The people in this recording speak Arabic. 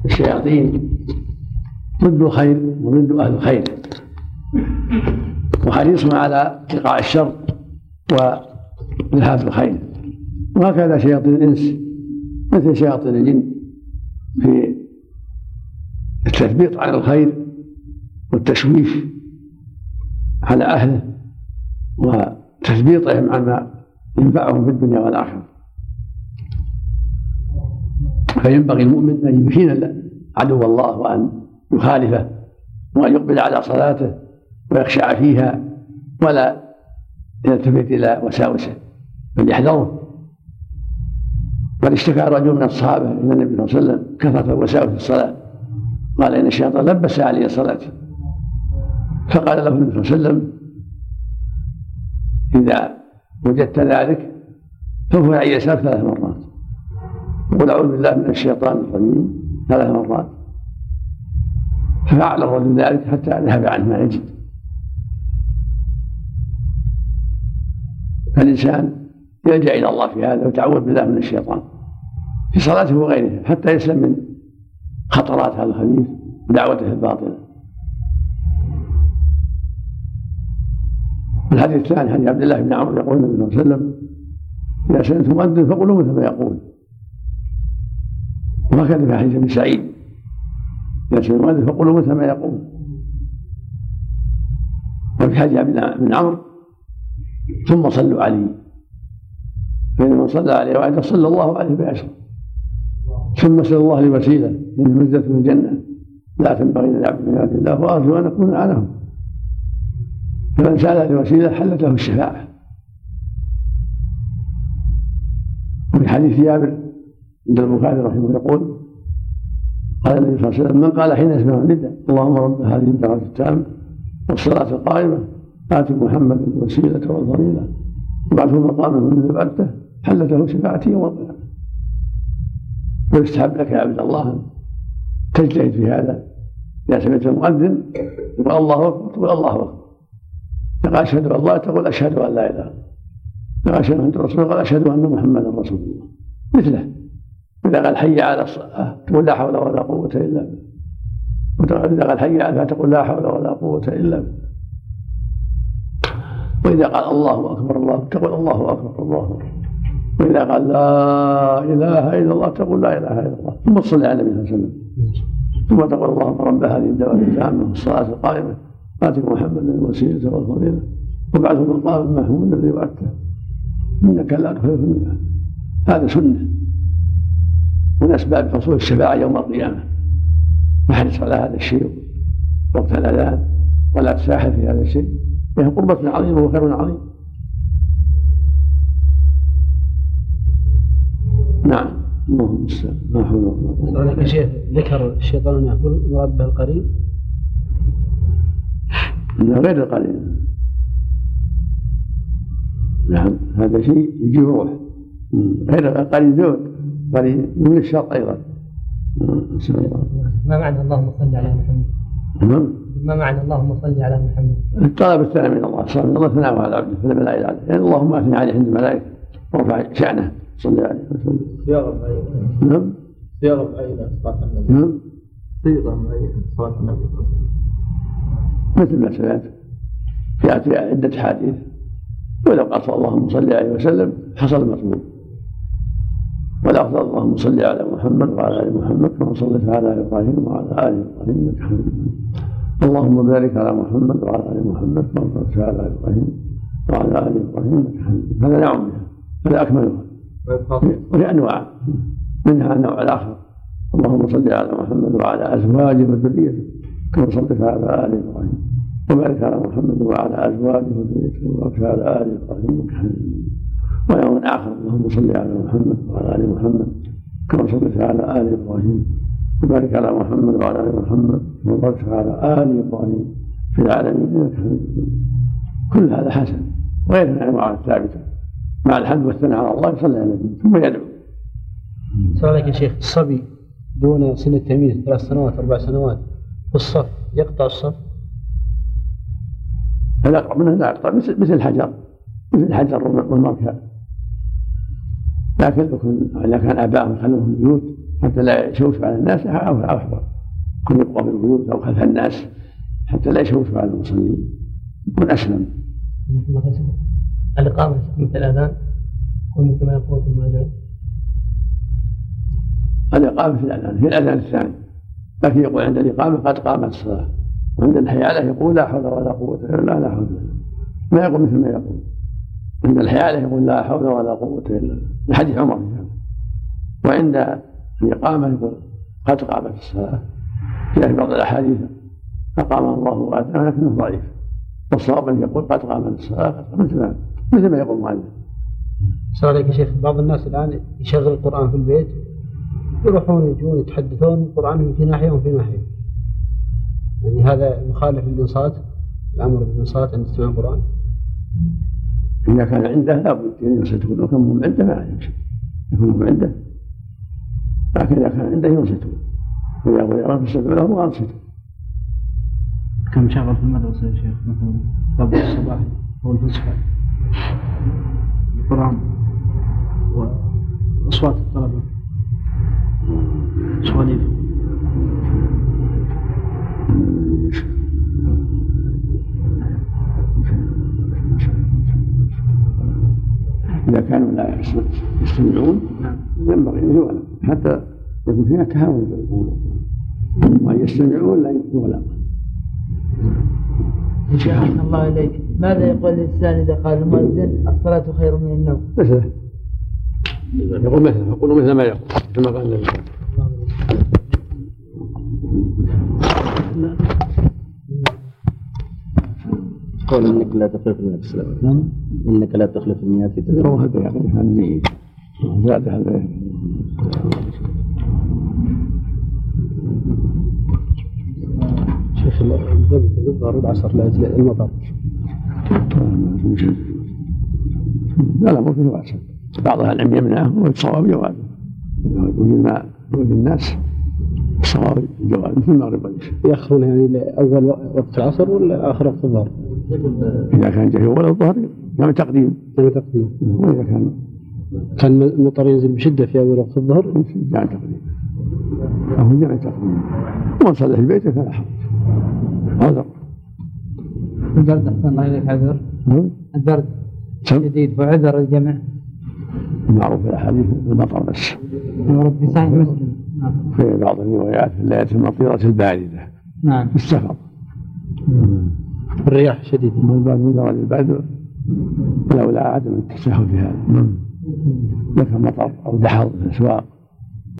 الشياطين ضد الخير وضد أهل الخير، وحريص على إيقاع الشر وإلهاب الخير. وهكذا شياطين الإنس مثل شياطين الجن في التثبيط على الخير والتشويش على أهله وتثبيطهم على ما ينفعهم في الدنيا والآخرة. فينبغي المؤمن أن يهين عدو الله وأن يخالفه وأن يقبل على صلاته ويخشع فيها ولا يلتفت إلى وساوسه بل يحذره. بل اشتكى رجل من الصحابة إلى النبي صلى الله عليه وسلم كثرة الوساوس في الصلاة، قال إن الشيطان لبس علي صلاتي، فقال له النبي صلى الله عليه وسلم إذا وجدت ذلك فهو عن يسارك 3 مرات وقل أعوذ بالله من الشيطان الرجيم 3 مرات. ففعل الرجل ذلك حتى ذهب عنه ما يجد. فالإنسان يلجأ إلى الله في هذا ويتعوذ بالله من الشيطان في صلاته وغيرها حتى يسلم من خطرات هذا الخبيث ودعوته الباطلة. الحديث الثاني حديث عبد الله بن عمرو يقول النبي صلى الله عليه وسلم إذا سمعتم مؤذن فقولوا مثل ما يقول. وهكذا في حديث ابن سعيد إذا سمعتم مؤذن فقولوا مثل ما يقول. وفي حديث عبد الله بن عمرو ثم صلوا عليه فإن من صلى عليه وعده صلى الله عليه بعشر. ثم اسأل الله الوسيلة إنه منزلة من الجنة لا تنبغي للعبد من عباد الله وأرجو أن أكون أعلمهم. فمن سأل الوسيلة حلت له الشفاعة. وفي حديث جابر عند البخاري رحمه الله يقول قال النبي صلى الله عليه وسلم من قال حين يسمع النداء اللهم رب هذه الدعوة التامة والصلاة القائمة آت محمد الوسيلة والفضيلة وابعثه مقامه الذي بعثته حلت له شفاعتي يوم القيامة. ويستحب لك يا عبد الله تجتهد في هذا. إذا سمعت المؤذن يقول الله أكبر تقول الله أكبر، تقول أشهد أن الله تقول أشهد أن لا إله إلا الله، تقول أشهد أن رسول الله أشهد أن محمدا رسول الله مثله. إذا قال حي على الصلاة تقول لا حول ولا قوة إلا بالله، إذا قال حي على تقول لا حول ولا قوة إلا بالله. وإذا قال الله أكبر الله تقول الله أكبر الله أكبر. وإذا قال لا إله إلا الله تقول لا إله إلا الله. ثم تصلي على النبي صلى الله عليه وسلم ثم تقول اللهم رب هذه الدعوة التامة والصلاة القائمة آت محمدا الوسيلة والفضيلة وابعثه مقاما محمودا الذي وعدته إنك لا تخلف الميعاد. هذا سنة من أسباب حصول الشفاعة يوم القيامة. فاحرص على هذا الشيء وقت الأذان ولا تساحل في هذا الشيء، فهي قربة عظيمة وخير عظيم. نعم اللهم المستعان. لا حول ولا قوة. يا شيخ ذكر الشيطان يقول مراد به القرين؟ لا غير القرين. نعم هذا شيء يجيب روح غير القرين ذوق قرين من الشرط أيضا. ما معنى اللهم صل على محمد؟ ما معنى اللهم صل على محمد؟ طلب الثناء من الله صلى الله ثناءه على عبده فلم لا إله عليه يعني اللهم أثني عليه عند الملائكة وارفع شأنه صلى عليه وسلم. صياغة معينة. نعم صياغة معينة صلاة النبي. نعم صيغة معينة صلاة النبي صلى الله عليه وسلم مثل ما سمعت في عدة حديث. ولو قال صلى اللهم صل عليه وسلم حصل المطلوب. والأفضل اللهم صل على محمد وعلى آل محمد كما صليت على إبراهيم وعلى آل إبراهيم إنك حميد مجيد. اللهم بارك على محمد وعلى آل محمد كما باركت على إبراهيم وعلى آل إبراهيم إنك حميد مجيد. هذا نوع منها هذا أكملها وهي أنواع منها النوع الآخر اللهم صل على محمد وعلى أزواجه وذريته كما صليت على آل إبراهيم وبارك على محمد وعلى أزواجه وذريته كما باركت على آل إبراهيم إنك حميد مجيد. ونوع آخر اللهم صل على محمد وعلى آل محمد كما صليت على آل إبراهيم وبارك على محمد وعلى آل محمد كما باركت على آل إبراهيم في العالمين إنك حميد مجيد. كل هذا حسن وغير الأنواع الثابتة مع الحمد والثناء على الله يصلي على النبي ثم يدعو. سؤال لك يا شيخ الصبي دون سن التمييز 3 سنوات 4 سنوات في الصف يقطع الصف؟ الأقرب منه لا يقطع مثل الحجر والمركب. لكن إذا كان آباءهم خلوهم بيوت حتى لا يشوش على الناس أو أحضر كل يبقى في البيوت أو خلف الناس حتى لا يشوش على المصلين يكون أسلم. الإقامة مثل الأذان يكون مثل ما يقول في المأذون. الإقامة في الأذان هي الأذان الثاني، لكن يقول عند الإقامة قد قامت الصلاة، وعند الحيالة يقول لا حول ولا قوة إلا بالله لا حول ولا قوة، ما يقول مثل ما يقول. عند الحيالة يقول لا حول ولا قوة إلا بالله لحديث عمر، وعند الإقامة يقول قد قامت الصلاة. جاء في بعض الأحاديث أقام الله وآتاه لكنه ضعيف، والصواب أن يقول قد قامت الصلاة مثل ما يقول المؤذن. صار عليك يا شيخ بعض الناس الآن يشغل القرآن في البيت يروحون يجون يتحدثون القرآن في ناحية وفي ناحية، يعني هذا مخالف للإنصات، الأمر بالإنصات عند استماع القرآن. إذا كان عنده لابد أن ينصتون، لو كان مو عنده ما يمشي يكون مو عنده، لكن إذا كان عنده ينصتون، وإذا أراد يستمع له وأنصتوا. كم شغل في المدرسة يا شيخ مثلا قبل الصباح أو الفسحة القرآن وأصوات الطلبة سواليف. إذا كانوا لا يستمعون ينبغي أن يغلق حتى يكون فيها تهاون بالقول، وأن يستمعون لا يغلق. أحسن الله إليك، ماذا يقول الإنسان إذا قال المؤذن الصلاة خير من النوم؟ مثله يقول مثله، يقول مثل ما يقول كما قال النبي. قول إنك لا تخلف الناس. إنك لا تخلف الناس. هو هذا يعني كان جيد زاد هذا. شيخ الغد يظهر العصر لأجل المطر. لا مو فيه واسع، بعض العلم يمنعه والصواب جوازه، وجد الناس الصواب جوازه مثل المغرب والعشاء. يأخرون يعني أول وقت العصر ولا آخر وقت الظهر؟ إذا كان جاي أول الظهر كان تقديم. وإذا كان المطر ينزل بشدة في أول وقت الظهر جاء تقديم، أو جاء تقديم. ومن صلى في بيته فلا حرج. عذر. البرد أحسن الله إليك عذر. البرد شديد وعذر الجمع. معروف في الأحاديث المطر بس. في صحيح مسلم. في بعض الروايات في الليالي المطيرة الباردة. نعم. في السفر. الرياح شديدة. والبرد من درجة البرد ولولا عدم التساهل في هذا. لكن مطر أو دحض في الأسواق